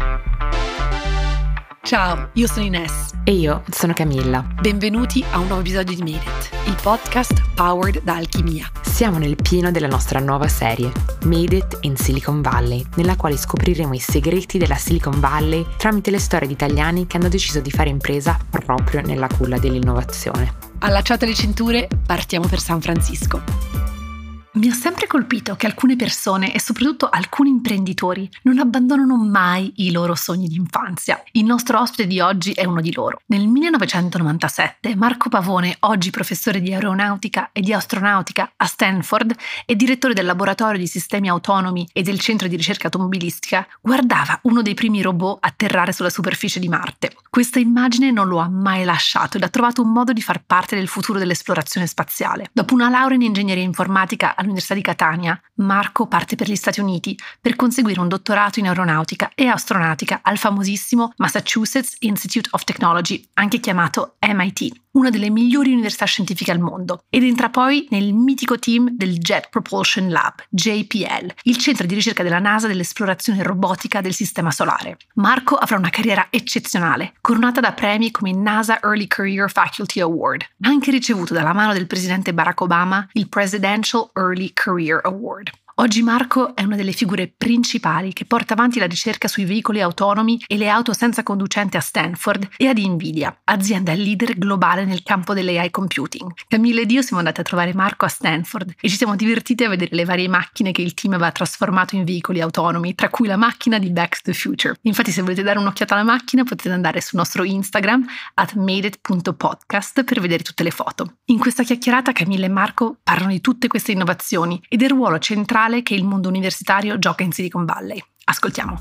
Ciao, io sono Ines. E io sono Camilla. Benvenuti a un nuovo episodio di Made It, il podcast powered da Alchimia. Siamo nel pieno della nostra nuova serie, Made It in Silicon Valley, nella quale scopriremo i segreti della Silicon Valley tramite le storie di italiani che hanno deciso di fare impresa proprio nella culla dell'innovazione. Allacciate le cinture, partiamo per San Francisco. Mi ha sempre colpito che alcune persone e soprattutto alcuni imprenditori non abbandonano mai i loro sogni di infanzia. Il nostro ospite di oggi è uno di loro. Nel 1997 Marco Pavone, oggi professore di aeronautica e di astronautica a Stanford e direttore del laboratorio di sistemi autonomi e del centro di ricerca automobilistica, guardava uno dei primi robot atterrare sulla superficie di Marte. Questa immagine non lo ha mai lasciato ed ha trovato un modo di far parte del futuro dell'esplorazione spaziale. Dopo una laurea in ingegneria informatica all'Università di Catania, Marco parte per gli Stati Uniti per conseguire un dottorato in aeronautica e astronautica al famosissimo Massachusetts Institute of Technology, anche chiamato MIT, una delle migliori università scientifiche al mondo, ed entra poi nel mitico team del Jet Propulsion Lab, JPL, il centro di ricerca della NASA dell'esplorazione robotica del Sistema Solare. Marco avrà una carriera eccezionale, coronata da premi come il NASA Early Career Faculty Award, ma anche ricevuto dalla mano del presidente Barack Obama il Presidential Early Career Award. Oggi Marco è una delle figure principali che porta avanti la ricerca sui veicoli autonomi e le auto senza conducente a Stanford e ad Nvidia, azienda leader globale nel campo dell'AI computing. Camilla ed io siamo andati a trovare Marco a Stanford e ci siamo divertiti a vedere le varie macchine che il team aveva trasformato in veicoli autonomi, tra cui la macchina di Back to the Future. Infatti, se volete dare un'occhiata alla macchina potete andare sul nostro Instagram @madeit.podcast per vedere tutte le foto. In questa chiacchierata Camilla e Marco parlano di tutte queste innovazioni e del ruolo centrale che il mondo universitario gioca in Silicon Valley. Ascoltiamo.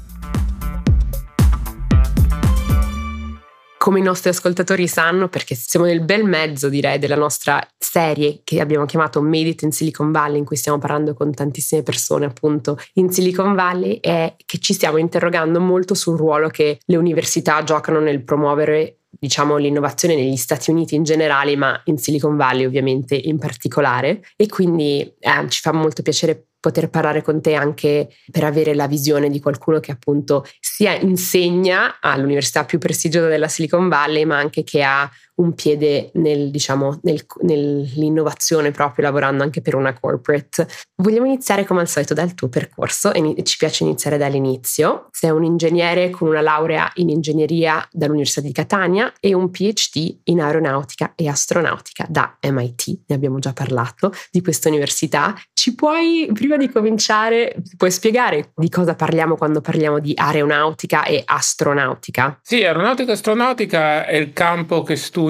Come i nostri ascoltatori sanno, perché siamo nel bel mezzo, direi, della nostra serie che abbiamo chiamato Made It in Silicon Valley, in cui stiamo parlando con tantissime persone appunto in Silicon Valley, è che ci stiamo interrogando molto sul ruolo che le università giocano nel promuovere, diciamo, l'innovazione negli Stati Uniti in generale, ma in Silicon Valley ovviamente in particolare. E quindi ci fa molto piacere poter parlare con te anche per avere la visione di qualcuno che appunto sia insegna all'università più prestigiosa della Silicon Valley, ma anche che ha un piede nell'innovazione, proprio lavorando anche per una corporate. Vogliamo iniziare come al solito dal tuo percorso e ci piace iniziare dall'inizio. Sei un ingegnere con una laurea in ingegneria dall'Università di Catania e un PhD in aeronautica e astronautica da MIT. Ne abbiamo già parlato di questa università. Ci puoi, prima di cominciare, puoi spiegare di cosa parliamo quando parliamo di aeronautica e astronautica? Sì, aeronautica e astronautica è il campo che studia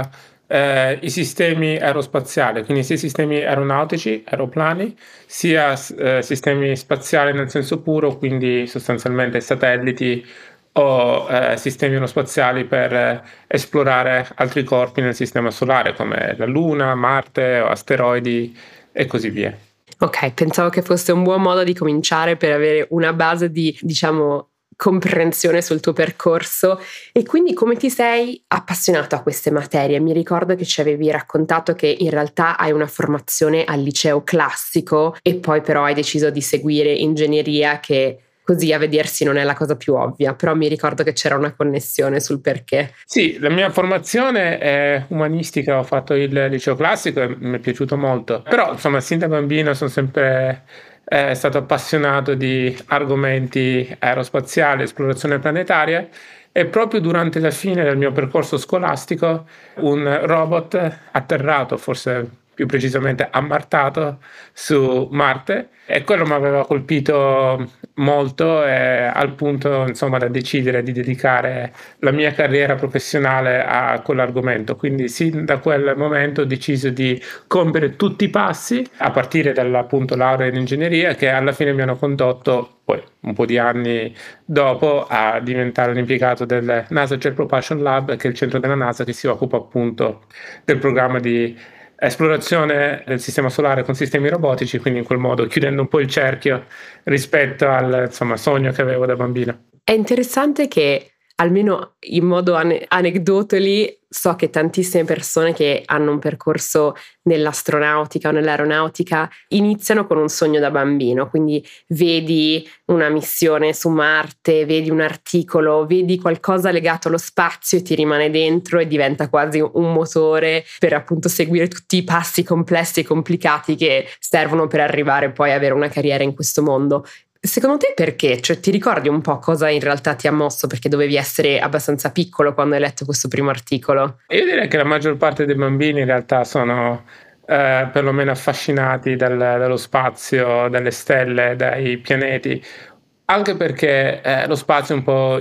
i sistemi aerospaziali, quindi sia sistemi aeronautici, aeroplani, sia sistemi spaziali nel senso puro, quindi sostanzialmente satelliti o sistemi aerospaziali per esplorare altri corpi nel sistema solare come la Luna, Marte o asteroidi e così via. Ok, pensavo che fosse un buon modo di cominciare per avere una base di, diciamo, comprensione sul tuo percorso. E quindi come ti sei appassionato a queste materie? Mi ricordo che ci avevi raccontato che in realtà hai una formazione al liceo classico e poi però hai deciso di seguire ingegneria, che così a vedersi non è la cosa più ovvia, però mi ricordo che c'era una connessione sul perché. Sì, la mia formazione è umanistica, ho fatto il liceo classico e mi è piaciuto molto, però insomma sin da bambino sono sempre stato appassionato di argomenti aerospaziali, esplorazione planetaria, e proprio durante la fine del mio percorso scolastico un robot atterrato, forse più precisamente ammartato su Marte, e quello mi aveva colpito molto, al punto insomma da decidere di dedicare la mia carriera professionale a quell'argomento. Quindi sin da quel momento ho deciso di compiere tutti i passi, a partire dall'appunto laurea in ingegneria, che alla fine mi hanno condotto poi un po' di anni dopo a diventare un impiegato del NASA Jet Propulsion Lab, che è il centro della NASA che si occupa appunto del programma di esplorazione del sistema solare con sistemi robotici, quindi in quel modo chiudendo un po' il cerchio rispetto al sogno che avevo da bambino. È interessante che almeno in modo anecdotali, so che tantissime persone che hanno un percorso nell'astronautica o nell'aeronautica iniziano con un sogno da bambino, quindi vedi una missione su Marte, vedi un articolo, vedi qualcosa legato allo spazio e ti rimane dentro e diventa quasi un motore per appunto seguire tutti i passi complessi e complicati che servono per arrivare poi a avere una carriera in questo mondo. Secondo te perché? Cioè, ti ricordi un po' cosa in realtà ti ha mosso? Perché dovevi essere abbastanza piccolo quando hai letto questo primo articolo? Io direi che la maggior parte dei bambini in realtà sono perlomeno affascinati dallo spazio, dalle stelle, dai pianeti, anche perché lo spazio un po'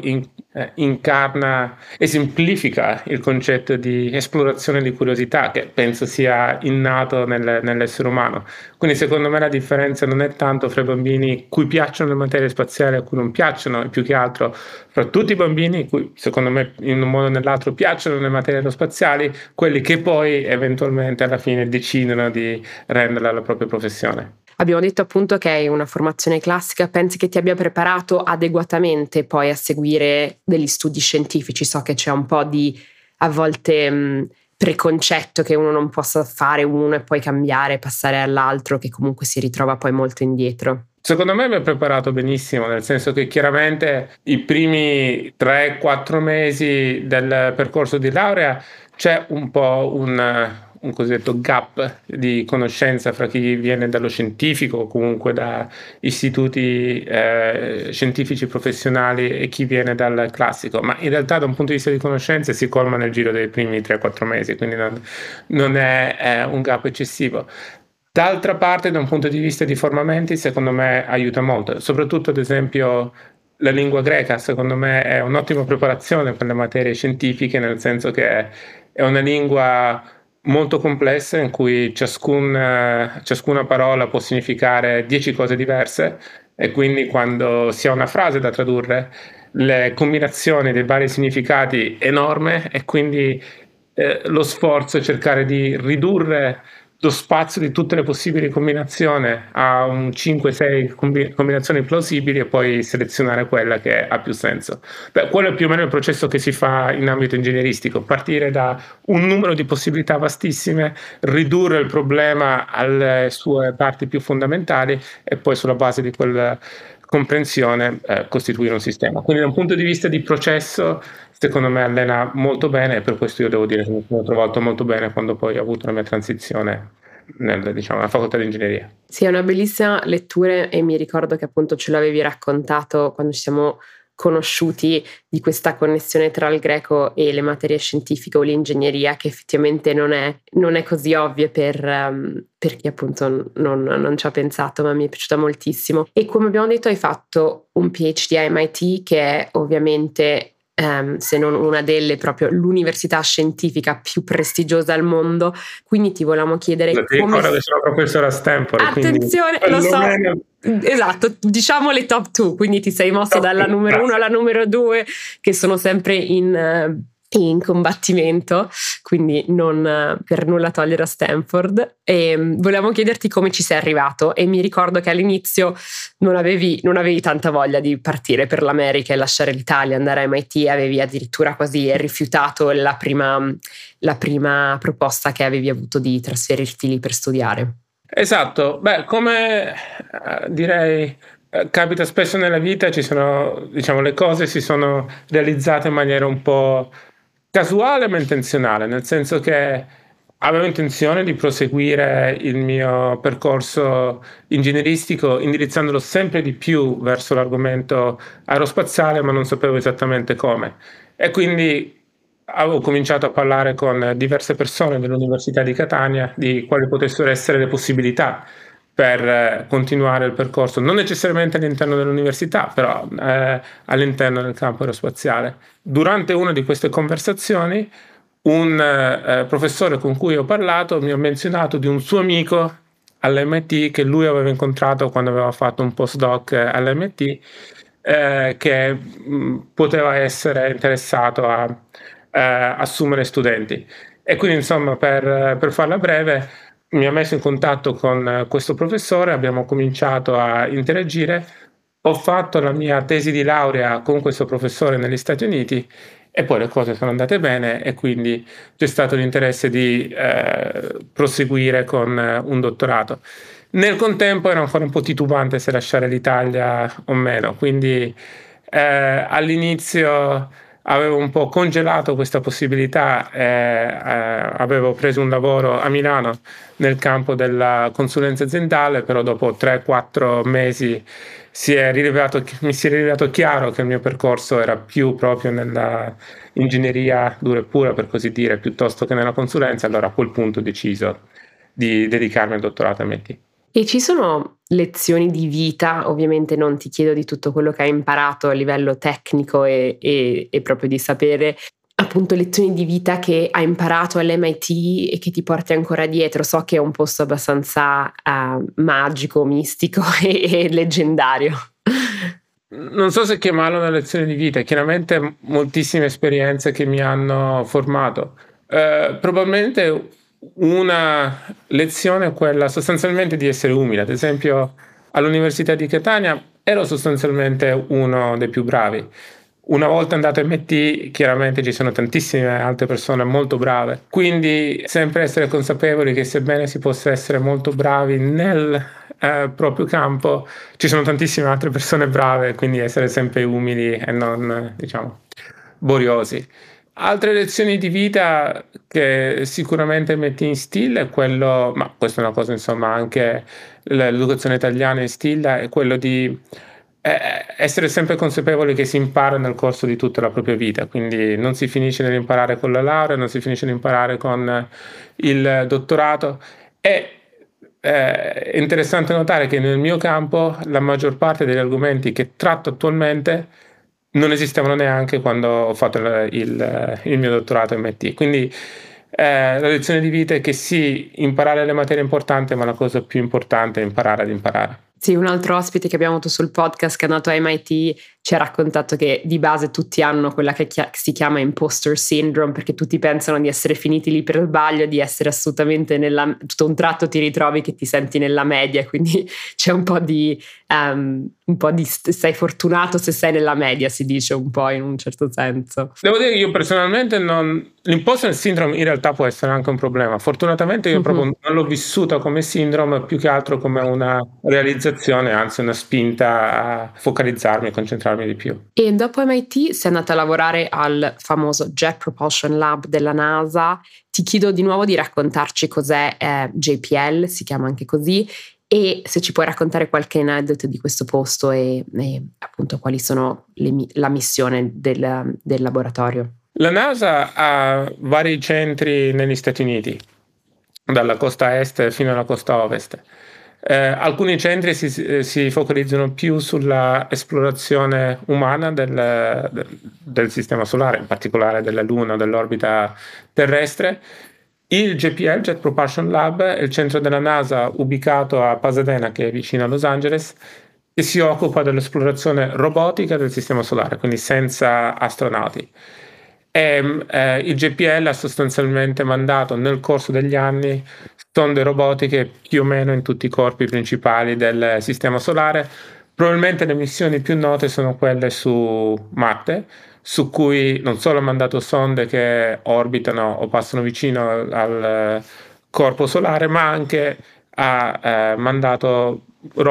incarna e semplifica il concetto di esplorazione e di curiosità che penso sia innato nell'essere umano. Quindi secondo me la differenza non è tanto fra i bambini cui piacciono le materie spaziali e a cui non piacciono, e più che altro fra tutti i bambini cui secondo me in un modo o nell'altro piacciono le materie aerospaziali, quelli che poi eventualmente alla fine decidono di renderla la propria professione. Abbiamo detto appunto che hai una formazione classica, pensi che ti abbia preparato adeguatamente poi a seguire degli studi scientifici? So che c'è un po' di a volte preconcetto che uno non possa fare uno e poi cambiare, passare all'altro, che comunque si ritrova poi molto indietro. Secondo me mi ha preparato benissimo, nel senso che chiaramente i primi 3-4 mesi del percorso di laurea c'è un po' un cosiddetto gap di conoscenza fra chi viene dallo scientifico o comunque da istituti scientifici professionali e chi viene dal classico, ma in realtà da un punto di vista di conoscenze si colma nel giro dei primi 3-4 mesi, quindi non è un gap eccessivo. D'altra parte, da un punto di vista di formamenti, secondo me aiuta molto, soprattutto ad esempio la lingua greca, secondo me è un'ottima preparazione per le materie scientifiche, nel senso che è una lingua molto complessa in cui ciascuna parola può significare 10 cose diverse e quindi quando si ha una frase da tradurre, le combinazioni dei vari significati è enorme e quindi lo sforzo è cercare di ridurre lo spazio di tutte le possibili combinazioni a un 5-6 combinazioni plausibili e poi selezionare quella che ha più senso. Beh, quello è più o meno il processo che si fa in ambito ingegneristico, partire da un numero di possibilità vastissime, ridurre il problema alle sue parti più fondamentali e poi sulla base di quella comprensione costituire un sistema. Quindi da un punto di vista di processo secondo me allena molto bene e per questo io devo dire che mi sono trovato molto bene quando poi ho avuto la mia transizione nella facoltà di ingegneria. Sì, è una bellissima lettura e mi ricordo che appunto ce l'avevi raccontato quando ci siamo conosciuti di questa connessione tra il greco e le materie scientifiche o l'ingegneria che effettivamente non è così ovvia per chi appunto non ci ha pensato, ma mi è piaciuta moltissimo. E come abbiamo detto hai fatto un PhD a MIT che è ovviamente se non una delle proprio l'università scientifica più prestigiosa al mondo, quindi ti volevamo chiedere come che sono professore a Stanford, attenzione, lo so, esatto, diciamo le top 2, quindi ti sei mosso dalla numero 1 alla numero 2 che sono sempre in combattimento, quindi non per nulla togliere a Stanford. E volevamo chiederti come ci sei arrivato e mi ricordo che all'inizio non avevi tanta voglia di partire per l'America e lasciare l'Italia, andare a MIT, avevi addirittura quasi rifiutato la prima proposta che avevi avuto di trasferirti lì per studiare. Esatto, beh, come direi capita spesso nella vita, ci sono, diciamo, le cose si sono realizzate in maniera un po' casuale ma intenzionale, nel senso che avevo intenzione di proseguire il mio percorso ingegneristico indirizzandolo sempre di più verso l'argomento aerospaziale, ma non sapevo esattamente come. E quindi avevo cominciato a parlare con diverse persone dell'Università di Catania di quali potessero essere le possibilità per continuare il percorso, non necessariamente all'interno dell'università, però all'interno del campo aerospaziale. Durante una di queste conversazioni, un professore con cui ho parlato mi ha menzionato di un suo amico all'MIT che lui aveva incontrato quando aveva fatto un postdoc all'MIT, che poteva essere interessato a assumere studenti. E quindi, insomma, per farla breve, mi ha messo in contatto con questo professore, abbiamo cominciato a interagire Ho fatto la mia tesi di laurea con questo professore negli Stati Uniti e poi le cose sono andate bene e quindi c'è stato l'interesse di proseguire con un dottorato. Nel contempo ero ancora un po' titubante se lasciare l'Italia o meno, quindi all'inizio avevo un po' congelato questa possibilità, avevo preso un lavoro a Milano nel campo della consulenza aziendale, però dopo 3-4 mesi mi si è rivelato chiaro che il mio percorso era più proprio nella ingegneria dura e pura, per così dire, piuttosto che nella consulenza. Allora a quel punto ho deciso di dedicarmi al dottorato MIT. E ci sono lezioni di vita, ovviamente non ti chiedo di tutto quello che hai imparato a livello tecnico e proprio di sapere, appunto lezioni di vita che hai imparato all'MIT e che ti porti ancora dietro. So che è un posto abbastanza magico, mistico e leggendario. Non so se chiamarlo una lezione di vita, chiaramente moltissime esperienze che mi hanno formato. Probabilmente una lezione è quella sostanzialmente di essere umile. Ad esempio, all'Università di Catania ero sostanzialmente uno dei più bravi. Una volta andato a MIT, chiaramente ci sono tantissime altre persone molto brave, quindi sempre essere consapevoli che sebbene si possa essere molto bravi nel proprio campo, ci sono tantissime altre persone brave, quindi essere sempre umili e non, diciamo, boriosi. Altre lezioni di vita che sicuramente metti in stile è quello, ma questa è una cosa insomma anche l'educazione italiana instilla, è quello di essere sempre consapevoli che si impara nel corso di tutta la propria vita, quindi non si finisce nell'imparare con la laurea, non si finisce nell'imparare con il dottorato. È interessante notare che nel mio campo la maggior parte degli argomenti che tratto attualmente non esistevano neanche quando ho fatto il mio dottorato MIT. Quindi la lezione di vita è che sì, imparare le materie è importante, ma la cosa più importante è imparare ad imparare. Sì, un altro ospite che abbiamo avuto sul podcast che è andato a MIT ci ha raccontato che di base tutti hanno quella che si chiama imposter syndrome, perché tutti pensano di essere finiti lì per sbaglio, di essere assolutamente tutto un tratto ti ritrovi che ti senti nella media, quindi c'è un po' di sei fortunato se sei nella media, si dice un po' in un certo senso. Devo dire che io personalmente l'imposter syndrome in realtà può essere anche un problema. Fortunatamente io proprio non l'ho vissuta come sindrome, più che altro come una realizzazione, anzi una spinta a focalizzarmi e concentrarmi di più. E dopo MIT sei andata a lavorare al famoso Jet Propulsion Lab della NASA. Ti chiedo di nuovo di raccontarci cos'è JPL, si chiama anche così, e se ci puoi raccontare qualche aneddoto di questo posto e appunto quali sono la missione del laboratorio. La NASA ha vari centri negli Stati Uniti, dalla costa est fino alla costa ovest. Alcuni centri si focalizzano più sulla esplorazione umana del sistema solare, in particolare della Luna, dell'orbita terrestre. Il JPL, Jet Propulsion Lab, è il centro della NASA ubicato a Pasadena, che è vicino a Los Angeles, e si occupa dell'esplorazione robotica del sistema solare, quindi senza astronauti. Il JPL ha sostanzialmente mandato nel corso degli anni sonde robotiche più o meno in tutti i corpi principali del sistema solare. Probabilmente le missioni più note sono quelle su Marte, su cui non solo ha mandato sonde che orbitano o passano vicino al corpo solare, ma anche ha mandato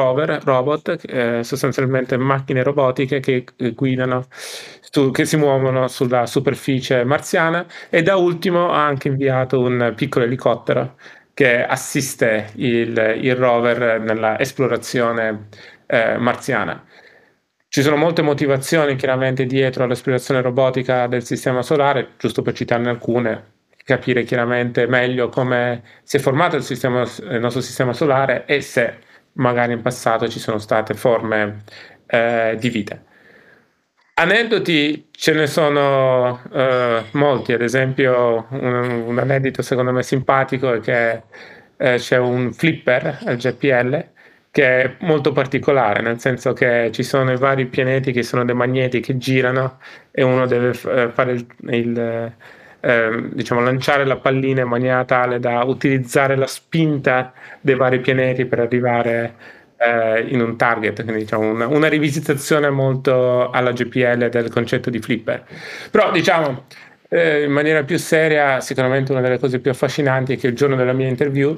robot, sostanzialmente macchine robotiche che guidano, che si muovono sulla superficie marziana, e da ultimo ha anche inviato un piccolo elicottero che assiste il rover nella esplorazione marziana. Ci sono molte motivazioni chiaramente dietro all'esplorazione robotica del sistema solare, giusto per citarne alcune, capire chiaramente meglio come si è formato il nostro sistema solare e se magari in passato ci sono state forme di vita. Aneddoti ce ne sono molti, ad esempio un aneddoto secondo me simpatico è che c'è un flipper al JPL che è molto particolare, nel senso che ci sono i vari pianeti che sono dei magneti che girano e uno deve fare diciamo lanciare la pallina in maniera tale da utilizzare la spinta dei vari pianeti per arrivare in un target, quindi diciamo una rivisitazione molto alla GPL del concetto di flipper. Però diciamo in maniera più seria, sicuramente una delle cose più affascinanti è che il giorno della mia interview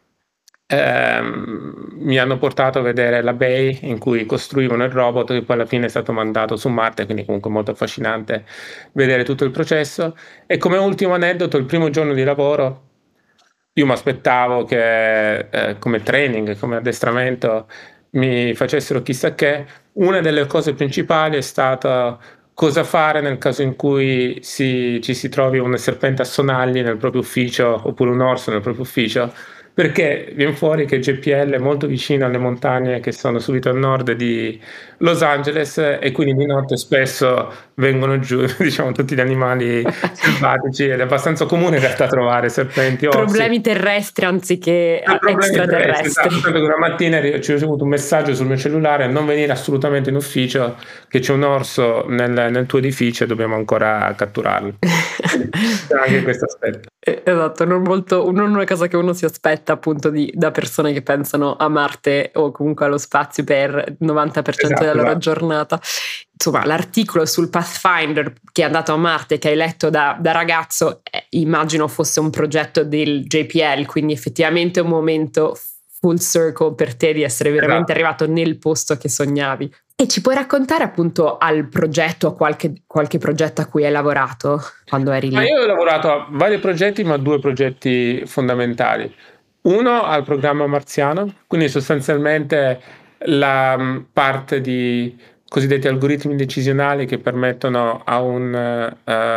mi hanno portato a vedere la Bay in cui costruivano il robot che poi alla fine è stato mandato su Marte, quindi comunque molto affascinante vedere tutto il processo. E come ultimo aneddoto, il primo giorno di lavoro io mi aspettavo che come training, come addestramento mi facessero chissà che. Una delle cose principali è stata cosa fare nel caso in cui ci si trovi un serpente a sonagli nel proprio ufficio oppure un orso nel proprio ufficio, perché viene fuori che JPL è molto vicino alle montagne che sono subito a nord di Los Angeles e quindi di notte spesso vengono giù diciamo tutti gli animali selvatici ed è abbastanza comune in realtà trovare serpenti, orsi. Problemi terrestri anziché extraterrestri. Esatto, una mattina ho ricevuto un messaggio sul mio cellulare: non venire assolutamente in ufficio che c'è un orso nel tuo edificio e dobbiamo ancora catturarlo. C'è anche questo aspetto. Esatto, non una cosa che uno si aspetta appunto da persone che pensano a Marte o comunque allo spazio per il 90% della loro giornata. Insomma, l'articolo sul Pathfinder che è andato a Marte, che hai letto da ragazzo, immagino fosse un progetto del JPL, quindi effettivamente è un momento full circle per te di essere veramente arrivato nel posto che sognavi. E ci puoi raccontare appunto al progetto, a qualche progetto a cui hai lavorato quando eri lì? Io ho lavorato a vari progetti, ma 2 progetti fondamentali. Uno al programma marziano, quindi sostanzialmente la parte di cosiddetti algoritmi decisionali che permettono a un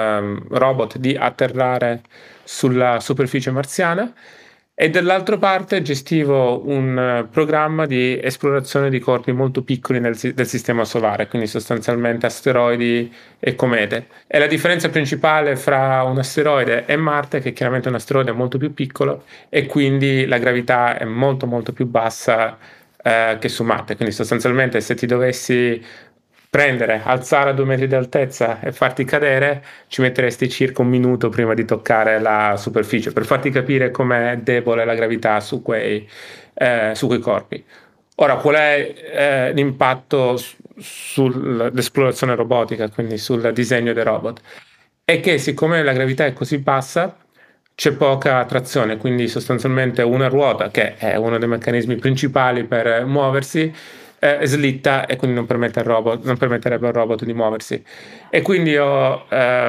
robot di atterrare sulla superficie marziana. E dall'altra parte gestivo un programma di esplorazione di corpi molto piccoli del sistema solare, quindi sostanzialmente asteroidi e comete. E la differenza principale fra un asteroide e Marte è che chiaramente un asteroide è molto più piccolo e quindi la gravità è molto molto più bassa che su Marte. Quindi sostanzialmente se ti dovessi alzare a 2 metri di altezza e farti cadere, ci metteresti circa 1 minuto prima di toccare la superficie, per farti capire com'è debole la gravità su quei corpi. Ora, qual è l'impatto sull'esplorazione robotica, quindi sul disegno dei robot? È che siccome la gravità è così bassa, c'è poca trazione, quindi sostanzialmente una ruota, che è uno dei meccanismi principali per muoversi, slitta e quindi non permetterebbe al robot di muoversi. E quindi ho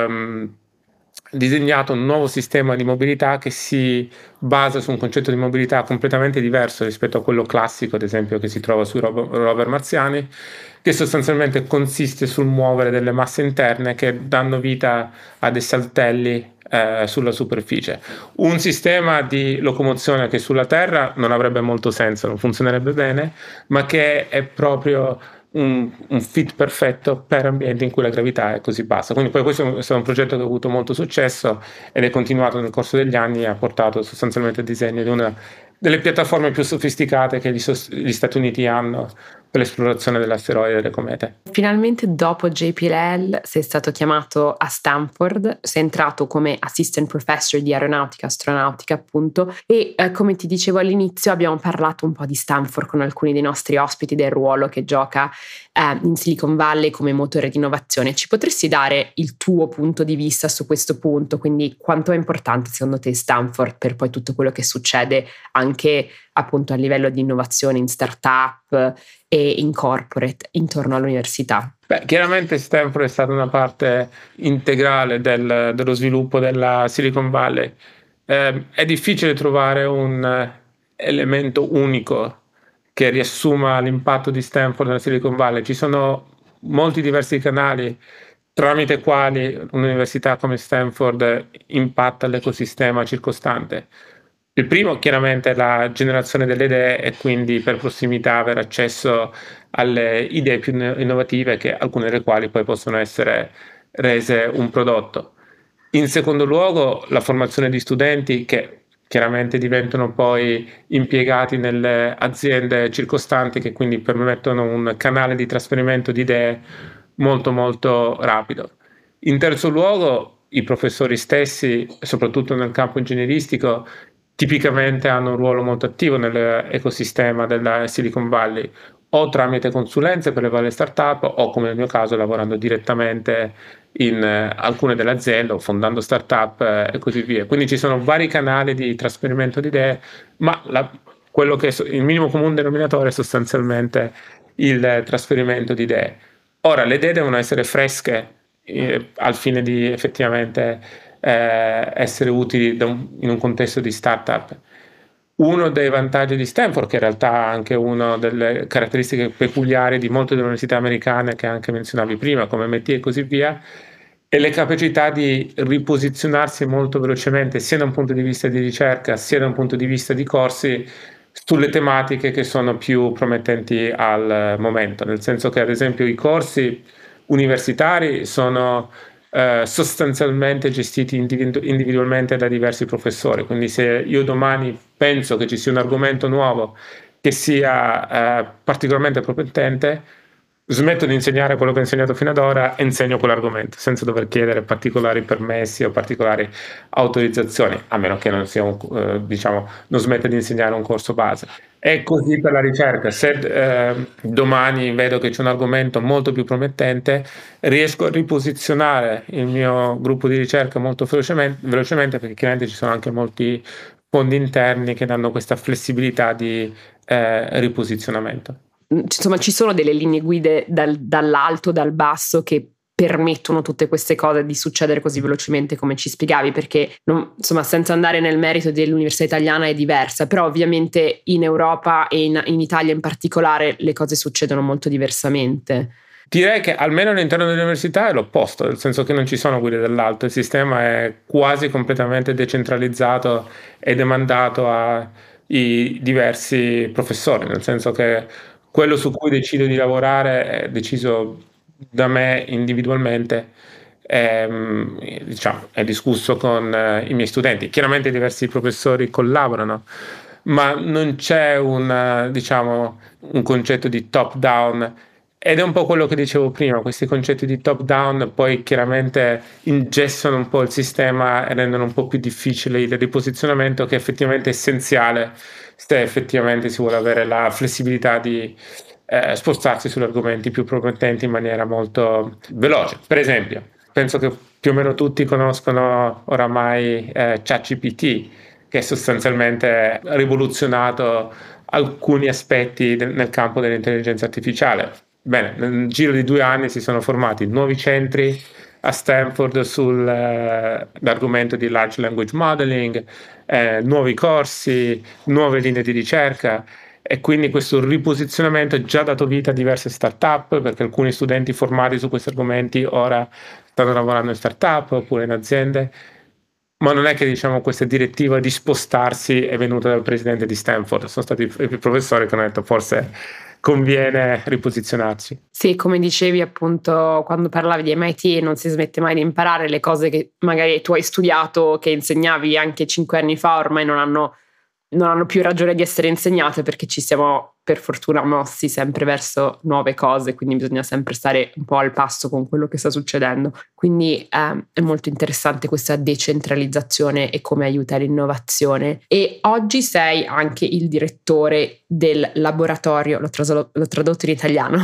disegnato un nuovo sistema di mobilità che si basa su un concetto di mobilità completamente diverso rispetto a quello classico, ad esempio, che si trova sui rover marziani, che sostanzialmente consiste sul muovere delle masse interne che danno vita a dei saltelli sulla superficie. Un sistema di locomozione che sulla Terra non avrebbe molto senso, non funzionerebbe bene, ma che è proprio un fit perfetto per ambienti in cui la gravità è così bassa. Quindi poi questo è stato un progetto che ha avuto molto successo ed è continuato nel corso degli anni e ha portato sostanzialmente al disegno di una delle piattaforme più sofisticate che gli Stati Uniti hanno per l'esplorazione dell'asteroide e delle comete. Finalmente dopo JPL sei stato chiamato a Stanford, sei entrato come assistant professor di aeronautica, astronautica appunto, e come ti dicevo all'inizio abbiamo parlato un po' di Stanford con alcuni dei nostri ospiti, del ruolo che gioca in Silicon Valley come motore di innovazione. Ci potresti dare il tuo punto di vista su questo punto? Quindi quanto è importante secondo te Stanford per poi tutto quello che succede anche appunto a livello di innovazione in startup e in corporate intorno all'università? Chiaramente Stanford è stata una parte integrale dello sviluppo della Silicon Valley. È difficile trovare un elemento unico che riassuma l'impatto di Stanford nella Silicon Valley. Ci sono molti diversi canali tramite quali un'università come Stanford impatta l'ecosistema circostante. Il primo chiaramente è la generazione delle idee e quindi per prossimità avere accesso alle idee più innovative, che alcune delle quali poi possono essere rese un prodotto. In secondo luogo la formazione di studenti che chiaramente diventano poi impiegati nelle aziende circostanti, che quindi permettono un canale di trasferimento di idee molto molto rapido. In terzo luogo i professori stessi, soprattutto nel campo ingegneristico, tipicamente hanno un ruolo molto attivo nell'ecosistema della Silicon Valley, o tramite consulenze per le varie startup, o come nel mio caso lavorando direttamente in alcune delle aziende o fondando startup e così via. Quindi ci sono vari canali di trasferimento di idee, ma quello che il minimo comune denominatore è sostanzialmente il trasferimento di idee. Ora, le idee devono essere fresche al fine di effettivamente essere utili in un contesto di startup. Uno dei vantaggi di Stanford, che in realtà è anche una delle caratteristiche peculiari di molte delle università americane che anche menzionavi prima, come MIT e così via, è la capacità di riposizionarsi molto velocemente, sia da un punto di vista di ricerca, sia da un punto di vista di corsi, sulle tematiche che sono più promettenti al momento. Nel senso che, ad esempio, i corsi universitari sono sostanzialmente gestiti individualmente da diversi professori, quindi se io domani penso che ci sia un argomento nuovo che sia particolarmente promettente, smetto di insegnare quello che ho insegnato fino ad ora e insegno quell'argomento senza dover chiedere particolari permessi o particolari autorizzazioni, a meno che non sia non smetta di insegnare un corso base. È così per la ricerca. Se domani vedo che c'è un argomento molto più promettente, riesco a riposizionare il mio gruppo di ricerca molto velocemente, perché chiaramente ci sono anche molti fondi interni che danno questa flessibilità di riposizionamento. Insomma, ci sono delle linee guide dall'alto, dal basso, che permettono tutte queste cose di succedere così velocemente come ci spiegavi, perché insomma, senza andare nel merito dell'università italiana è diversa, però ovviamente in Europa e in Italia in particolare le cose succedono molto diversamente. Direi che almeno all'interno dell'università è l'opposto, nel senso che non ci sono guide dall'alto, il sistema è quasi completamente decentralizzato e demandato ai diversi professori, nel senso che quello su cui decido di lavorare è deciso da me individualmente, è discusso con i miei studenti. Chiaramente diversi professori collaborano, ma non c'è un concetto di top down, ed è un po' quello che dicevo prima. Questi concetti di top down poi chiaramente ingessano un po' il sistema e rendono un po' più difficile il riposizionamento, che è effettivamente essenziale se effettivamente si vuole avere la flessibilità di spostarsi sugli argomenti più promettenti in maniera molto veloce. Per esempio, penso che più o meno tutti conoscono oramai ChatGPT, che sostanzialmente ha rivoluzionato alcuni aspetti nel campo dell'intelligenza artificiale. Bene, nel giro di 2 anni si sono formati nuovi centri a Stanford sull'argomento di large language modeling, nuovi corsi, nuove linee di ricerca, e quindi questo riposizionamento ha già dato vita a diverse start-up, perché alcuni studenti formati su questi argomenti ora stanno lavorando in start-up oppure in aziende. Ma non è che questa direttiva di spostarsi è venuta dal presidente di Stanford, sono stati i professori che hanno detto forse conviene riposizionarsi. Sì, come dicevi appunto quando parlavi di MIT, non si smette mai di imparare le cose che magari tu hai studiato, che insegnavi anche 5 anni fa, ormai non hanno più ragione di essere insegnate, perché ci siamo per fortuna mossi sempre verso nuove cose, quindi bisogna sempre stare un po' al passo con quello che sta succedendo. Quindi è molto interessante questa decentralizzazione e come aiuta l'innovazione. E oggi sei anche il direttore del laboratorio, l'ho tradotto in italiano,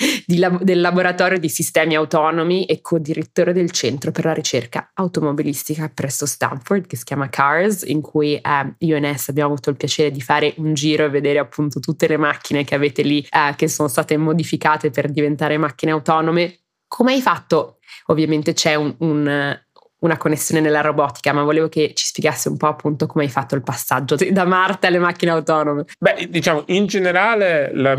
del laboratorio di sistemi autonomi e co-direttore del centro per la ricerca automobilistica presso Stanford, che si chiama CARS, in cui io e Ness abbiamo avuto il piacere di fare un giro e vedere appunto tutte le macchine che avete lì, che sono state modificate per diventare macchine autonome. Come hai fatto? Ovviamente c'è una connessione nella robotica, ma volevo che ci spiegassi un po' appunto come hai fatto il passaggio da Marte alle macchine autonome. Beh, in generale il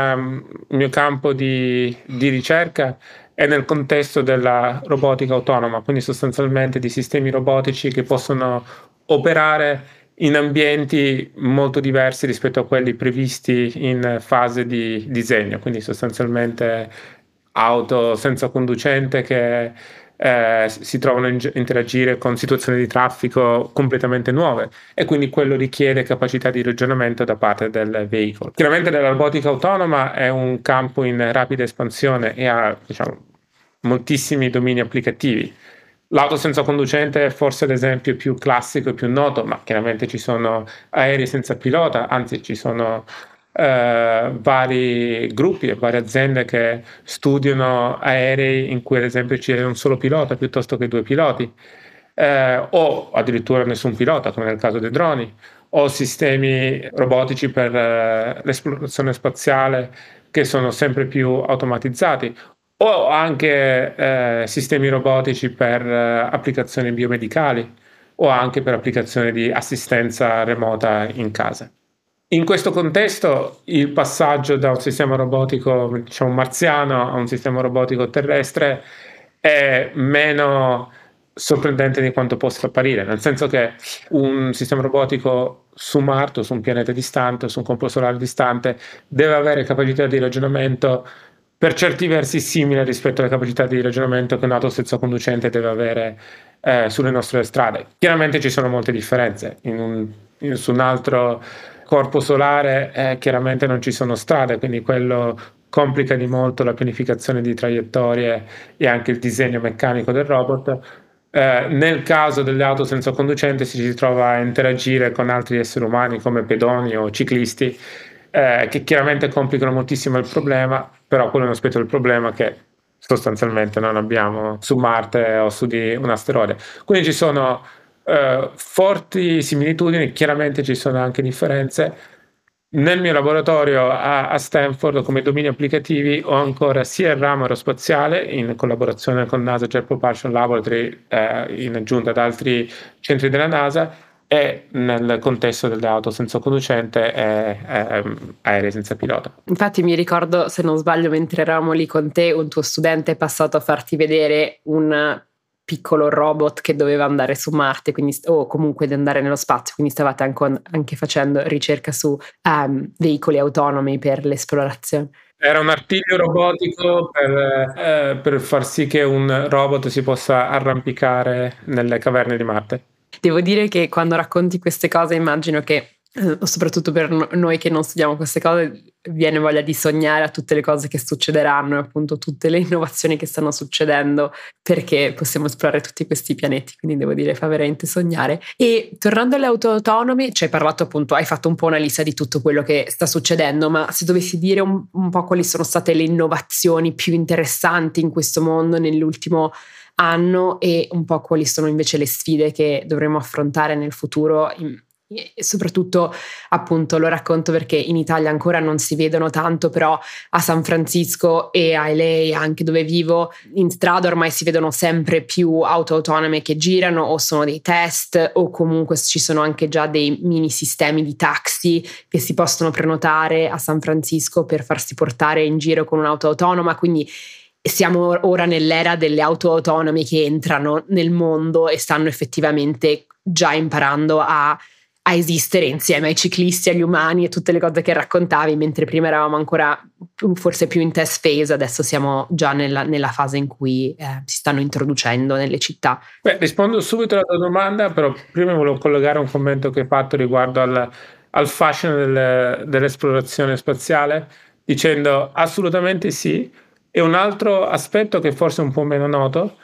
mio campo di ricerca è nel contesto della robotica autonoma, quindi sostanzialmente di sistemi robotici che possono operare in ambienti molto diversi rispetto a quelli previsti in fase di disegno, quindi sostanzialmente auto senza conducente che si trovano a interagire con situazioni di traffico completamente nuove, e quindi quello richiede capacità di ragionamento da parte del veicolo. Chiaramente la robotica autonoma è un campo in rapida espansione e ha moltissimi domini applicativi. L'auto senza conducente è forse l'esempio più classico e più noto, ma chiaramente ci sono aerei senza pilota, anzi ci sono vari gruppi e varie aziende che studiano aerei in cui ad esempio c'è un solo pilota piuttosto che 2 piloti, o addirittura nessun pilota, come nel caso dei droni, o sistemi robotici per l'esplorazione spaziale che sono sempre più automatizzati, o anche sistemi robotici per applicazioni biomedicali o anche per applicazioni di assistenza remota in casa. In questo contesto il passaggio da un sistema robotico, diciamo, marziano a un sistema robotico terrestre è meno sorprendente di quanto possa apparire, nel senso che un sistema robotico su Marte o su un pianeta distante o su un corpo solare distante deve avere capacità di ragionamento per certi versi simile rispetto alle capacità di ragionamento che un'auto senza conducente deve avere sulle nostre strade. Chiaramente ci sono molte differenze. Su un altro corpo solare chiaramente non ci sono strade, quindi quello complica di molto la pianificazione di traiettorie e anche il disegno meccanico del robot. Nel caso delle auto senza conducente si trova a interagire con altri esseri umani come pedoni o ciclisti, che chiaramente complicano moltissimo il problema, però quello è un aspetto del problema che sostanzialmente non abbiamo su Marte o su di un asteroide. Quindi ci sono forti similitudini, chiaramente ci sono anche differenze. Nel mio laboratorio a Stanford, come domini applicativi, ho ancora sia il ramo aerospaziale in collaborazione con NASA Jet Propulsion Laboratory, in aggiunta ad altri centri della NASA, e nel contesto delle auto senza conducente e aerei senza pilota. Infatti mi ricordo, se non sbaglio, mentre eravamo lì con te, un tuo studente è passato a farti vedere un piccolo robot che doveva andare su Marte, quindi, o comunque di andare nello spazio, quindi stavate anche facendo ricerca su veicoli autonomi per l'esplorazione. Era un artiglio robotico per far sì che un robot si possa arrampicare nelle caverne di Marte. Devo dire che quando racconti queste cose immagino che, soprattutto per noi che non studiamo queste cose, viene voglia di sognare a tutte le cose che succederanno, appunto tutte le innovazioni che stanno succedendo, perché possiamo esplorare tutti questi pianeti, quindi devo dire fa veramente sognare. E tornando alle auto autonome, ci hai parlato, appunto, hai fatto un po' una lista di tutto quello che sta succedendo, ma se dovessi dire un po' quali sono state le innovazioni più interessanti in questo mondo nell'ultimo anno e un po' quali sono invece le sfide che dovremo affrontare nel futuro, e soprattutto, appunto, lo racconto perché in Italia ancora non si vedono tanto, però a San Francisco e a LA, anche dove vivo, in strada ormai si vedono sempre più auto autonome che girano, o sono dei test, o comunque ci sono anche già dei mini sistemi di taxi che si possono prenotare a San Francisco per farsi portare in giro con un'auto autonoma, quindi siamo ora nell'era delle auto autonome che entrano nel mondo e stanno effettivamente già imparando a esistere insieme ai ciclisti, agli umani e tutte le cose che raccontavi, mentre prima eravamo ancora forse più in test phase, adesso siamo già nella fase in cui si stanno introducendo nelle città. Rispondo subito alla tua domanda, però prima volevo collegare un commento che hai fatto riguardo al fascino dell'esplorazione spaziale, dicendo assolutamente sì. E un altro aspetto che forse è un po' meno noto,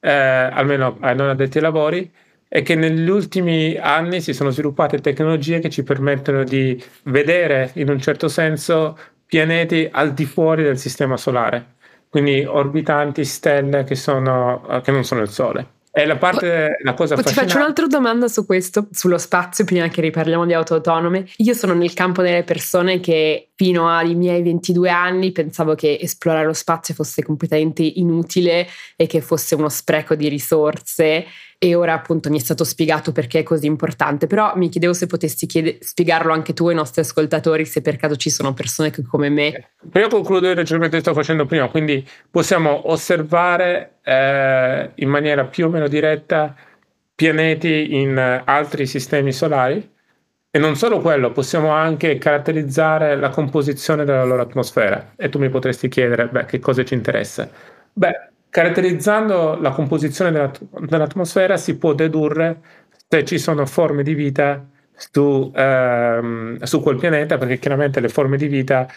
almeno ai non addetti ai lavori, è che negli ultimi anni si sono sviluppate tecnologie che ci permettono di vedere in un certo senso pianeti al di fuori del sistema solare, quindi orbitanti stelle che non sono il Sole. E la cosa affascinante. Ti faccio un'altra domanda su questo, sullo spazio, prima che riparliamo di auto autonome. Io sono nel campo delle persone che fino ai miei 22 anni pensavo che esplorare lo spazio fosse completamente inutile e che fosse uno spreco di risorse, e ora appunto mi è stato spiegato perché è così importante, però mi chiedevo se potessi spiegarlo anche tu ai nostri ascoltatori, se per caso ci sono persone che come me. Io concludo il ragionamento che sto facendo prima, quindi possiamo osservare in maniera più o meno diretta pianeti in altri sistemi solari, e non solo quello, possiamo anche caratterizzare la composizione della loro atmosfera. E tu mi potresti chiedere, che cosa ci interessa? Caratterizzando la composizione dell'atmosfera si può dedurre se ci sono forme di vita su quel pianeta, perché chiaramente le forme di vita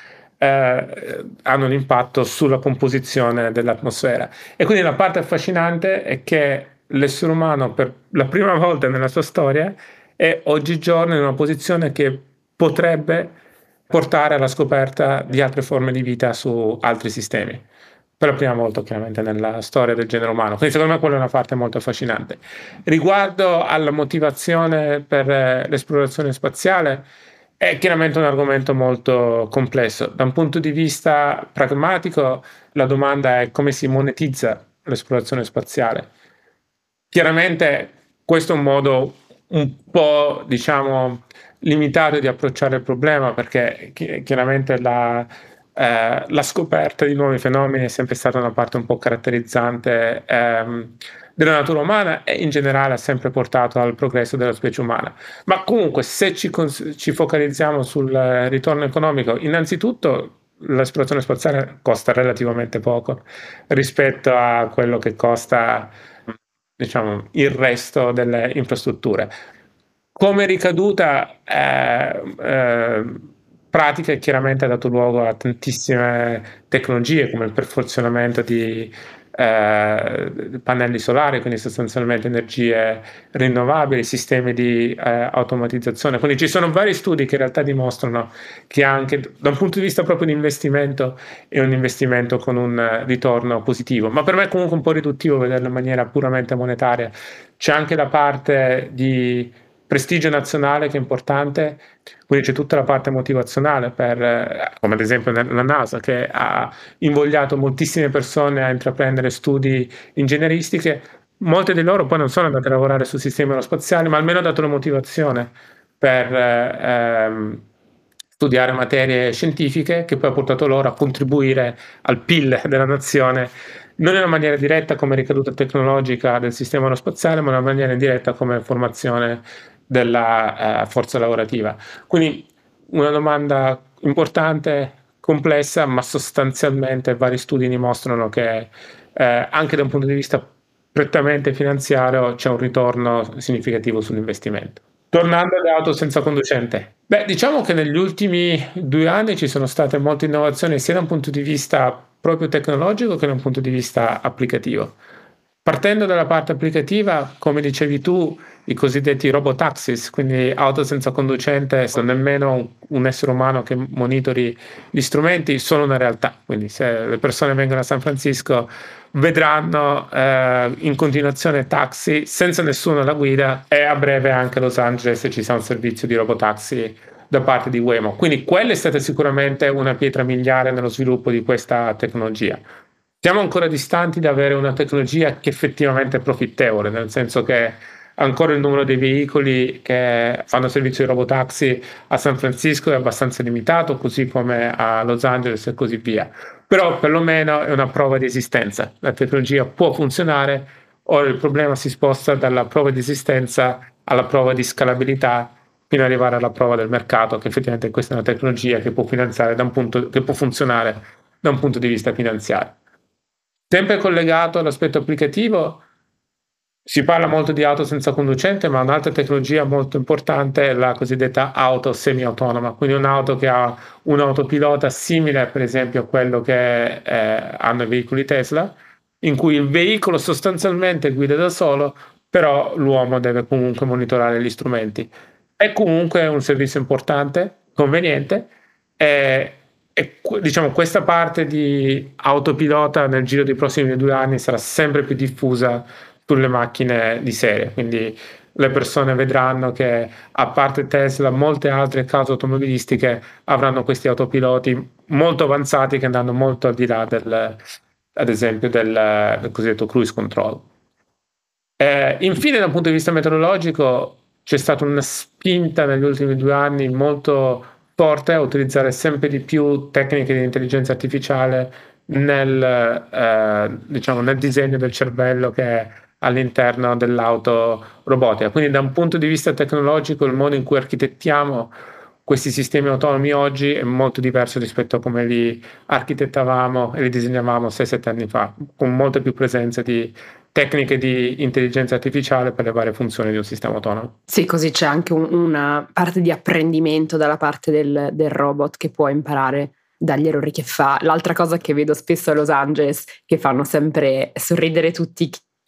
hanno un impatto sulla composizione dell'atmosfera. E quindi la parte affascinante è che l'essere umano per la prima volta nella sua storia è oggigiorno in una posizione che potrebbe portare alla scoperta di altre forme di vita su altri sistemi. Per la prima volta chiaramente nella storia del genere umano. Quindi secondo me quella è una parte molto affascinante. Riguardo alla motivazione per l'esplorazione spaziale, è chiaramente un argomento molto complesso. Da un punto di vista pragmatico, la domanda è come si monetizza l'esplorazione spaziale. Chiaramente questo è un modo un po', diciamo, limitato di approcciare il problema, perché chiaramente la scoperta di nuovi fenomeni è sempre stata una parte un po' caratterizzante della natura umana e in generale ha sempre portato al progresso della specie umana. Ma comunque se ci focalizziamo sul ritorno economico, innanzitutto l'esplorazione spaziale costa relativamente poco rispetto a quello che costa, diciamo, il resto delle infrastrutture. Come ricaduta pratica chiaramente ha dato luogo a tantissime tecnologie come il perfezionamento di pannelli solari, quindi sostanzialmente energie rinnovabili, sistemi di automatizzazione. Quindi ci sono vari studi che in realtà dimostrano che anche da un punto di vista proprio di investimento è un investimento con un ritorno positivo. Ma per me è comunque un po' riduttivo vederlo in maniera puramente monetaria. C'è anche la parte di prestigio nazionale che è importante, quindi c'è tutta la parte motivazionale come ad esempio la NASA, che ha invogliato moltissime persone a intraprendere studi ingegneristiche. Molte di loro poi non sono andate a lavorare sul sistema aerospaziale, ma almeno ha dato la motivazione per studiare materie scientifiche, che poi ha portato loro a contribuire al PIL della nazione, non in una maniera diretta come ricaduta tecnologica del sistema aerospaziale, ma in una maniera indiretta come formazione della forza lavorativa. Quindi una domanda importante, complessa, ma sostanzialmente vari studi dimostrano che anche da un punto di vista prettamente finanziario c'è un ritorno significativo sull'investimento. Tornando alle auto senza conducente, diciamo che negli ultimi 2 anni ci sono state molte innovazioni sia da un punto di vista proprio tecnologico che da un punto di vista applicativo. Partendo dalla parte applicativa, come dicevi tu, i cosiddetti robotaxis, quindi auto senza conducente, sono nemmeno un essere umano che monitori gli strumenti, sono una realtà. Quindi se le persone vengono a San Francisco vedranno in continuazione taxi senza nessuno alla guida, e a breve anche a Los Angeles ci sarà un servizio di robotaxi da parte di Waymo. Quindi quella è stata sicuramente una pietra miliare nello sviluppo di questa tecnologia. Siamo ancora distanti da avere una tecnologia che effettivamente è profittevole, nel senso che ancora il numero dei veicoli che fanno servizio di robotaxi a San Francisco è abbastanza limitato, così come a Los Angeles e così via. Però perlomeno è una prova di esistenza. La tecnologia può funzionare, ora il problema si sposta dalla prova di esistenza alla prova di scalabilità fino ad arrivare alla prova del mercato, che effettivamente questa è una tecnologia che può funzionare da un punto di vista finanziario. Sempre collegato all'aspetto applicativo, si parla molto di auto senza conducente, ma un'altra tecnologia molto importante è la cosiddetta auto semi-autonoma, quindi un'auto che ha un autopilota simile per esempio a quello che hanno i veicoli Tesla, in cui il veicolo sostanzialmente guida da solo, però l'uomo deve comunque monitorare gli strumenti. È comunque un servizio importante, conveniente, e diciamo questa parte di autopilota nel giro dei prossimi 2 anni sarà sempre più diffusa sulle macchine di serie, quindi le persone vedranno che a parte Tesla molte altre case automobilistiche avranno questi autopiloti molto avanzati che andranno molto al di là ad esempio del cosiddetto cruise control. Infine dal punto di vista meteorologico c'è stata una spinta negli ultimi 2 anni molto forte a utilizzare sempre di più tecniche di intelligenza artificiale nel disegno del cervello che è all'interno dell'auto robotica. Quindi da un punto di vista tecnologico il modo in cui architettiamo questi sistemi autonomi oggi è molto diverso rispetto a come li architettavamo e li disegnavamo 6-7 anni fa, con molta più presenza di tecniche di intelligenza artificiale per le varie funzioni di un sistema autonomo. Sì, così c'è anche una parte di apprendimento dalla parte del robot che può imparare dagli errori che fa. L'altra cosa che vedo spesso a Los Angeles, che fanno sempre sorridere tutti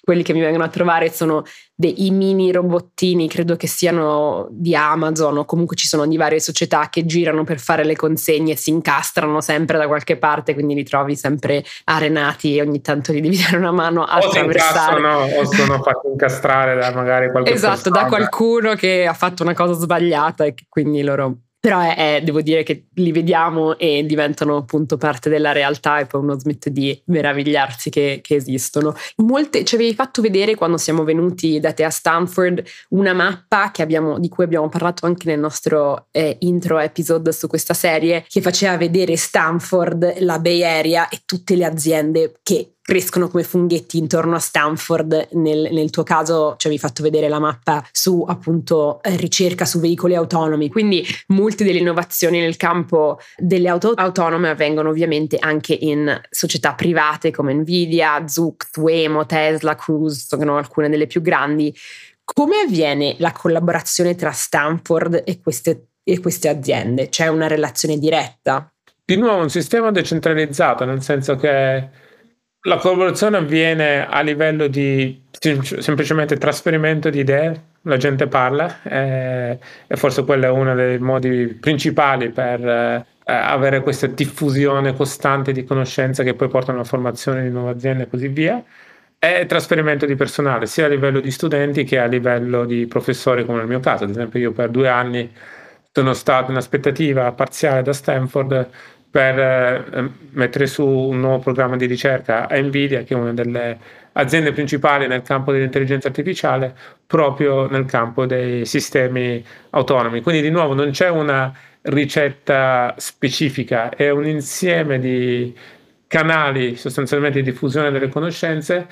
quelli che mi vengono a trovare sono dei mini robottini, credo che siano di Amazon o comunque ci sono di varie società che girano per fare le consegne e si incastrano sempre da qualche parte, quindi li trovi sempre arenati e ogni tanto gli devi dare una mano a attraversare. O sono fatti incastrare da magari qualche esatto, persona. Da qualcuno che ha fatto una cosa sbagliata e quindi loro... Però devo dire che li vediamo e diventano appunto parte della realtà e poi uno smette di meravigliarsi che esistono. Ci avevi fatto vedere quando siamo venuti da te a Stanford una mappa di cui abbiamo parlato anche nel nostro intro episode su questa serie, che faceva vedere Stanford, la Bay Area e tutte le aziende che crescono come funghetti intorno a Stanford. Nel tuo caso ci avevi fatto vedere la mappa su appunto ricerca su veicoli autonomi, quindi molte delle innovazioni nel campo delle auto autonome avvengono ovviamente anche in società private come Nvidia, Zoox, Waymo, Tesla, Cruise, sono alcune delle più grandi. Come avviene la collaborazione tra Stanford e queste aziende? C'è una relazione diretta? Di nuovo un sistema decentralizzato, nel senso che la collaborazione avviene a livello di semplicemente trasferimento di idee, la gente parla e forse quello è uno dei modi principali per avere questa diffusione costante di conoscenze che poi portano alla formazione di nuove aziende e così via, e trasferimento di personale sia a livello di studenti che a livello di professori, come nel mio caso. Ad esempio io per 2 anni sono stato in aspettativa parziale da Stanford per mettere su un nuovo programma di ricerca a Nvidia, che è una delle aziende principali nel campo dell'intelligenza artificiale, proprio nel campo dei sistemi autonomi. Quindi di nuovo non c'è una ricetta specifica, è un insieme di canali sostanzialmente di diffusione delle conoscenze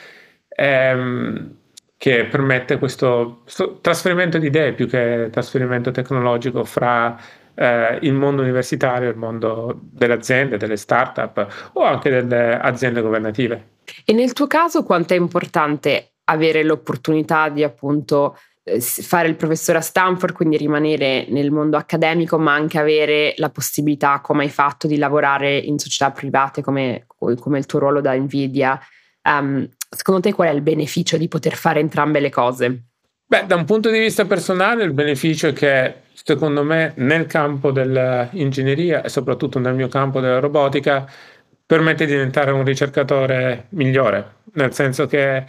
che permette questo trasferimento di idee più che trasferimento tecnologico fra il mondo universitario e il mondo delle aziende, delle start-up o anche delle aziende governative. E nel tuo caso quanto è importante avere l'opportunità di appunto fare il professore a Stanford, quindi rimanere nel mondo accademico, ma anche avere la possibilità, come hai fatto, di lavorare in società private come il tuo ruolo da Nvidia? Secondo te qual è il beneficio di poter fare entrambe le cose? Beh, da un punto di vista personale il beneficio è che secondo me nel campo dell'ingegneria e soprattutto nel mio campo della robotica permette di diventare un ricercatore migliore, nel senso che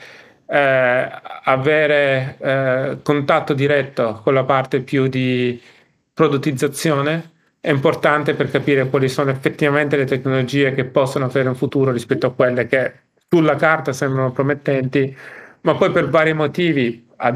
avere contatto diretto con la parte più di produttizzazione è importante per capire quali sono effettivamente le tecnologie che possono avere un futuro rispetto a quelle che sulla carta sembrano promettenti, ma poi per vari motivi, ad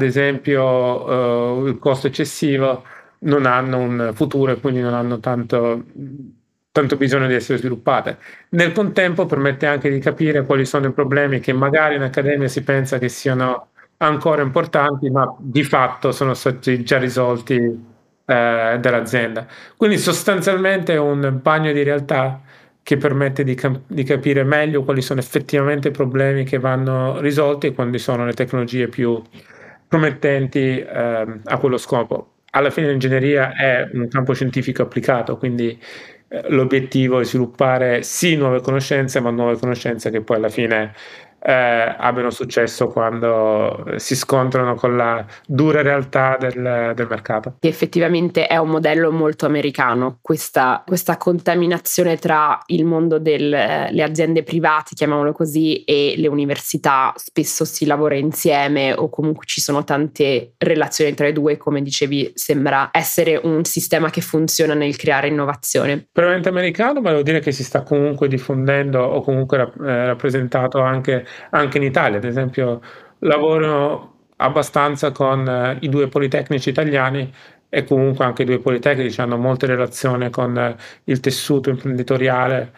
esempio il costo eccessivo, non hanno un futuro e quindi non hanno tanto bisogno di essere sviluppate. Nel contempo permette anche di capire quali sono i problemi che magari in accademia si pensa che siano ancora importanti, ma di fatto sono stati già risolti dall'azienda. Quindi sostanzialmente è un bagno di realtà che permette di capire meglio quali sono effettivamente i problemi che vanno risolti e quali sono le tecnologie più promettenti a quello scopo. Alla fine l'ingegneria è un campo scientifico applicato, quindi l'obiettivo è sviluppare sì nuove conoscenze, ma nuove conoscenze che poi alla fine abbiano successo quando si scontrano con la dura realtà del mercato. Che effettivamente è un modello molto americano, questa contaminazione tra il mondo delle aziende private, chiamiamolo così, e le università. Spesso si lavora insieme o comunque ci sono tante relazioni tra i due, come dicevi sembra essere un sistema che funziona nel creare innovazione. Prevalente americano, ma devo dire che si sta comunque diffondendo o comunque rappresentato anche in Italia. Ad esempio lavoro abbastanza con i 2 politecnici italiani e comunque anche i 2 politecnici hanno molte relazioni con il tessuto imprenditoriale.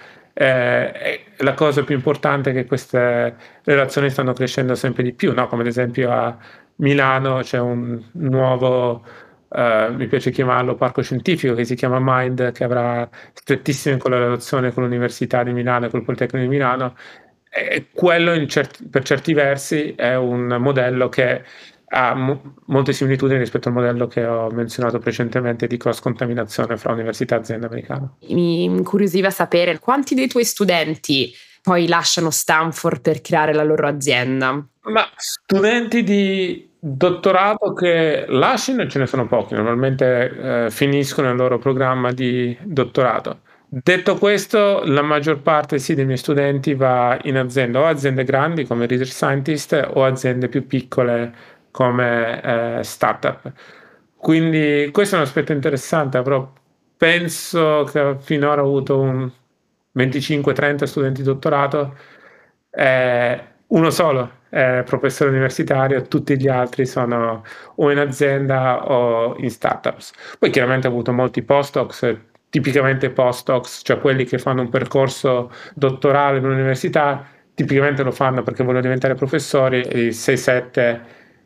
E la cosa più importante è che queste relazioni stanno crescendo sempre di più, no? Come ad esempio a Milano c'è un nuovo mi piace chiamarlo parco scientifico che si chiama Mind, che avrà strettissime collaborazioni con l'Università di Milano e col Politecnico di Milano, e quello per certi versi è un modello che ha molte similitudini rispetto al modello che ho menzionato precedentemente di cross contaminazione fra università e azienda americana. Mi incuriosiva sapere quanti dei tuoi studenti poi lasciano Stanford per creare la loro azienda? Ma studenti di dottorato che lasciano ce ne sono pochi, normalmente finiscono il loro programma di dottorato. Detto questo, la maggior parte sì dei miei studenti va in azienda, o aziende grandi come research scientist o aziende più piccole come startup. Quindi questo è un aspetto interessante, però penso che finora ho avuto un 25-30 studenti di dottorato, uno solo è professore universitario, tutti gli altri sono o in azienda o in startups. Poi chiaramente ho avuto molti postdocs, tipicamente postdocs, cioè quelli che fanno un percorso dottorale in un'università, tipicamente lo fanno perché vogliono diventare professori, e i 6-7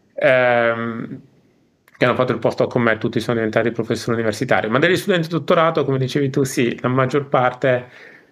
che hanno fatto il postdoc con me, tutti sono diventati professori universitari. Ma degli studenti di dottorato, come dicevi tu, sì, la maggior parte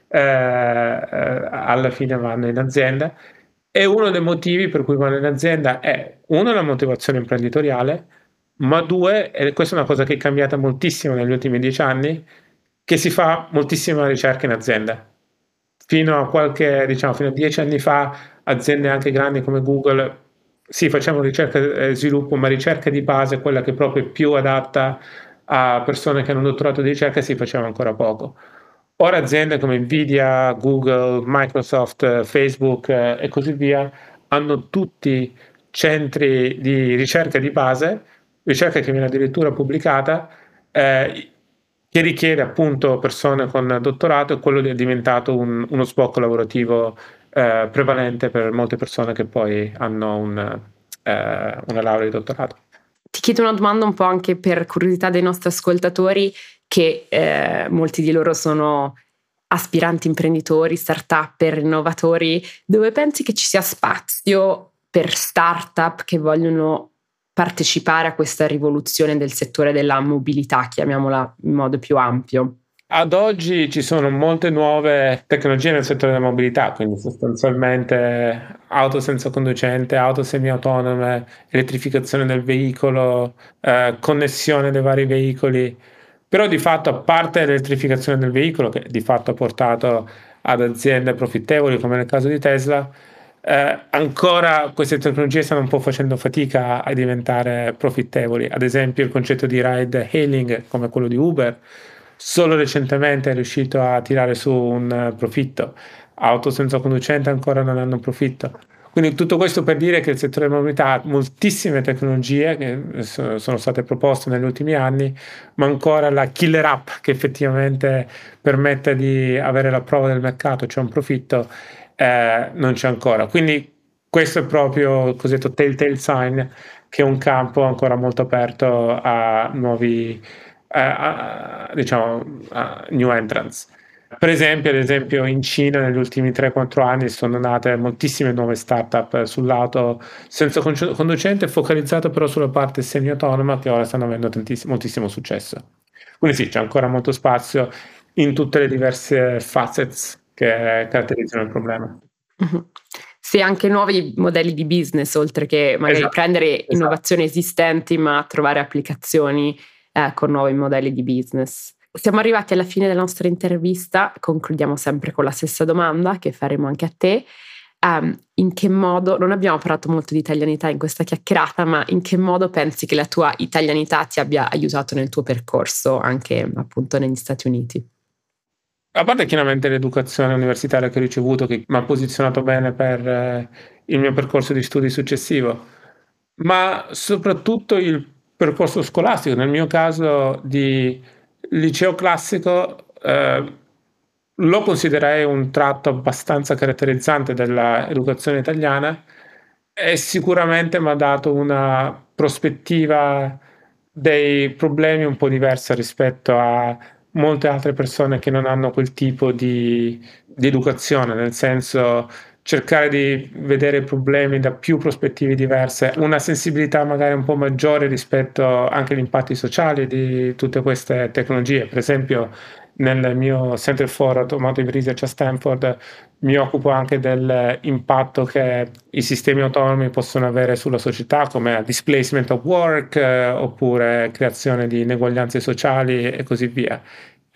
alla fine vanno in azienda. E uno dei motivi per cui vanno in azienda è, uno, la motivazione imprenditoriale, ma due, e questa è una cosa che è cambiata moltissimo negli ultimi 10 anni, che si fa moltissima ricerca in azienda. Fino a 10 anni fa, aziende anche grandi come Google, sì, facciamo ricerca e sviluppo, ma ricerca di base, quella che è proprio più adatta a persone che hanno un dottorato di ricerca, si faceva ancora poco. Ora aziende come Nvidia, Google, Microsoft, Facebook e così via hanno tutti centri di ricerca di base, ricerca che viene addirittura pubblicata, che richiede appunto persone con dottorato, e quello è diventato uno sbocco lavorativo prevalente per molte persone che poi hanno una laurea di dottorato. Ti chiedo una domanda un po' anche per curiosità dei nostri ascoltatori, che molti di loro sono aspiranti imprenditori, start-upper, innovatori. Dove pensi che ci sia spazio per start-up che vogliono partecipare a questa rivoluzione del settore della mobilità, chiamiamola in modo più ampio? Ad oggi ci sono molte nuove tecnologie nel settore della mobilità, quindi sostanzialmente auto senza conducente, auto semi-autonome, elettrificazione del veicolo, connessione dei vari veicoli. Però di fatto, a parte l'elettrificazione del veicolo, che di fatto ha portato ad aziende profittevoli come nel caso di Tesla, ancora queste tecnologie stanno un po' facendo fatica a diventare profittevoli. Ad esempio il concetto di ride hailing, come quello di Uber, solo recentemente è riuscito a tirare su un profitto. Auto senza conducente ancora non hanno un profitto. Quindi tutto questo per dire che il settore della mobilità ha moltissime tecnologie che sono state proposte negli ultimi anni, ma ancora la killer app che effettivamente permette di avere la prova del mercato, cioè un profitto, non c'è ancora. Quindi questo è proprio il cosiddetto telltale sign, che è un campo ancora molto aperto a nuovi new entrants. Per esempio, ad esempio in Cina negli ultimi 3-4 anni sono nate moltissime nuove startup sull'auto senza conducente, focalizzato però sulla parte semi-autonoma, che ora stanno avendo moltissimo successo. Quindi sì, c'è ancora molto spazio in tutte le diverse facets che caratterizzano il problema. Uh-huh. Sì, anche nuovi modelli di business, oltre che magari prendere innovazioni esistenti, ma trovare applicazioni con nuovi modelli di business. Siamo arrivati alla fine della nostra intervista, concludiamo sempre con la stessa domanda che faremo anche a te. In che modo, non abbiamo parlato molto di italianità in questa chiacchierata, ma in che modo pensi che la tua italianità ti abbia aiutato nel tuo percorso anche appunto negli Stati Uniti? A parte chiaramente l'educazione universitaria che ho ricevuto, che mi ha posizionato bene per il mio percorso di studi successivo, ma soprattutto il percorso scolastico, nel mio caso di liceo classico, lo considererei un tratto abbastanza caratterizzante dell'educazione italiana, e sicuramente mi ha dato una prospettiva dei problemi un po' diversa rispetto a molte altre persone che non hanno quel tipo di educazione, nel senso cercare di vedere i problemi da più prospettive diverse, una sensibilità magari un po' maggiore rispetto anche agli impatti sociali di tutte queste tecnologie. Per esempio nel mio Center for Automotive Research a Stanford mi occupo anche dell'impatto che i sistemi autonomi possono avere sulla società, come displacement of work, oppure creazione di ineguaglianze sociali e così via.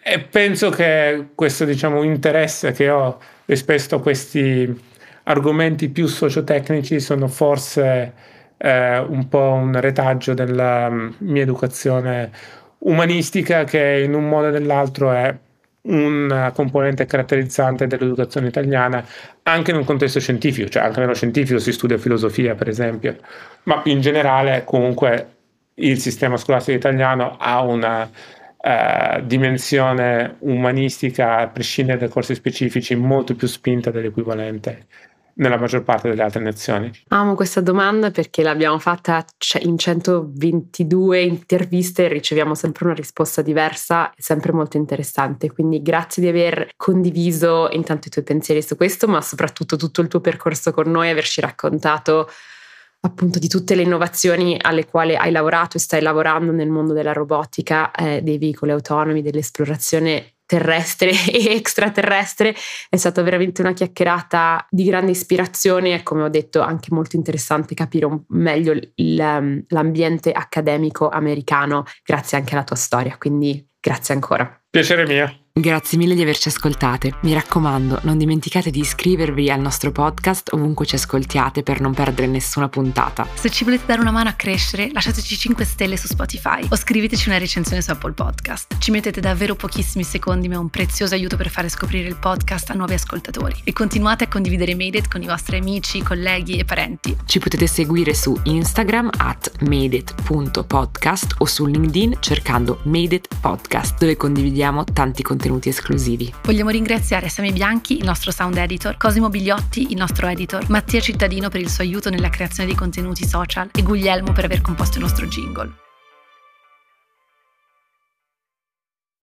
E penso che questo, diciamo, interesse che ho rispetto a questi argomenti più sociotecnici sono forse un po' un retaggio della mia educazione umanistica, che in un modo o nell'altro è una componente caratterizzante dell'educazione italiana, anche in un contesto scientifico, cioè anche nello scientifico si studia filosofia, per esempio, ma in generale comunque il sistema scolastico italiano ha una dimensione umanistica, a prescindere dai corsi specifici, molto più spinta dell'equivalente nella maggior parte delle altre nazioni. Amo questa domanda perché l'abbiamo fatta in 122 interviste e riceviamo sempre una risposta diversa e sempre molto interessante, quindi grazie di aver condiviso intanto i tuoi pensieri su questo, ma soprattutto tutto il tuo percorso con noi, averci raccontato appunto di tutte le innovazioni alle quali hai lavorato e stai lavorando nel mondo della robotica, dei veicoli autonomi, dell'esplorazione terrestre e extraterrestre. È stata veramente una chiacchierata di grande ispirazione e, come ho detto, anche molto interessante capire meglio l'ambiente accademico americano grazie anche alla tua storia, quindi grazie ancora. Piacere mio. Grazie mille di averci ascoltate. Mi raccomando, non dimenticate di iscrivervi al nostro podcast ovunque ci ascoltiate per non perdere nessuna puntata. Se ci volete dare una mano a crescere, lasciateci 5 stelle su Spotify o scriveteci una recensione su Apple Podcast. Ci mettete davvero pochissimi secondi, ma è un prezioso aiuto per fare scoprire il podcast a nuovi ascoltatori. E continuate a condividere Made It con i vostri amici, colleghi e parenti. Ci potete seguire su Instagram @madeit.podcast o su LinkedIn cercando Made It Podcast, dove condividiamo tanti contenuti esclusivi. Vogliamo ringraziare Sami Bianchi, il nostro sound editor, Cosimo Bigliotti, il nostro editor, Mattia Cittadino per il suo aiuto nella creazione dei contenuti social e Guglielmo per aver composto il nostro jingle.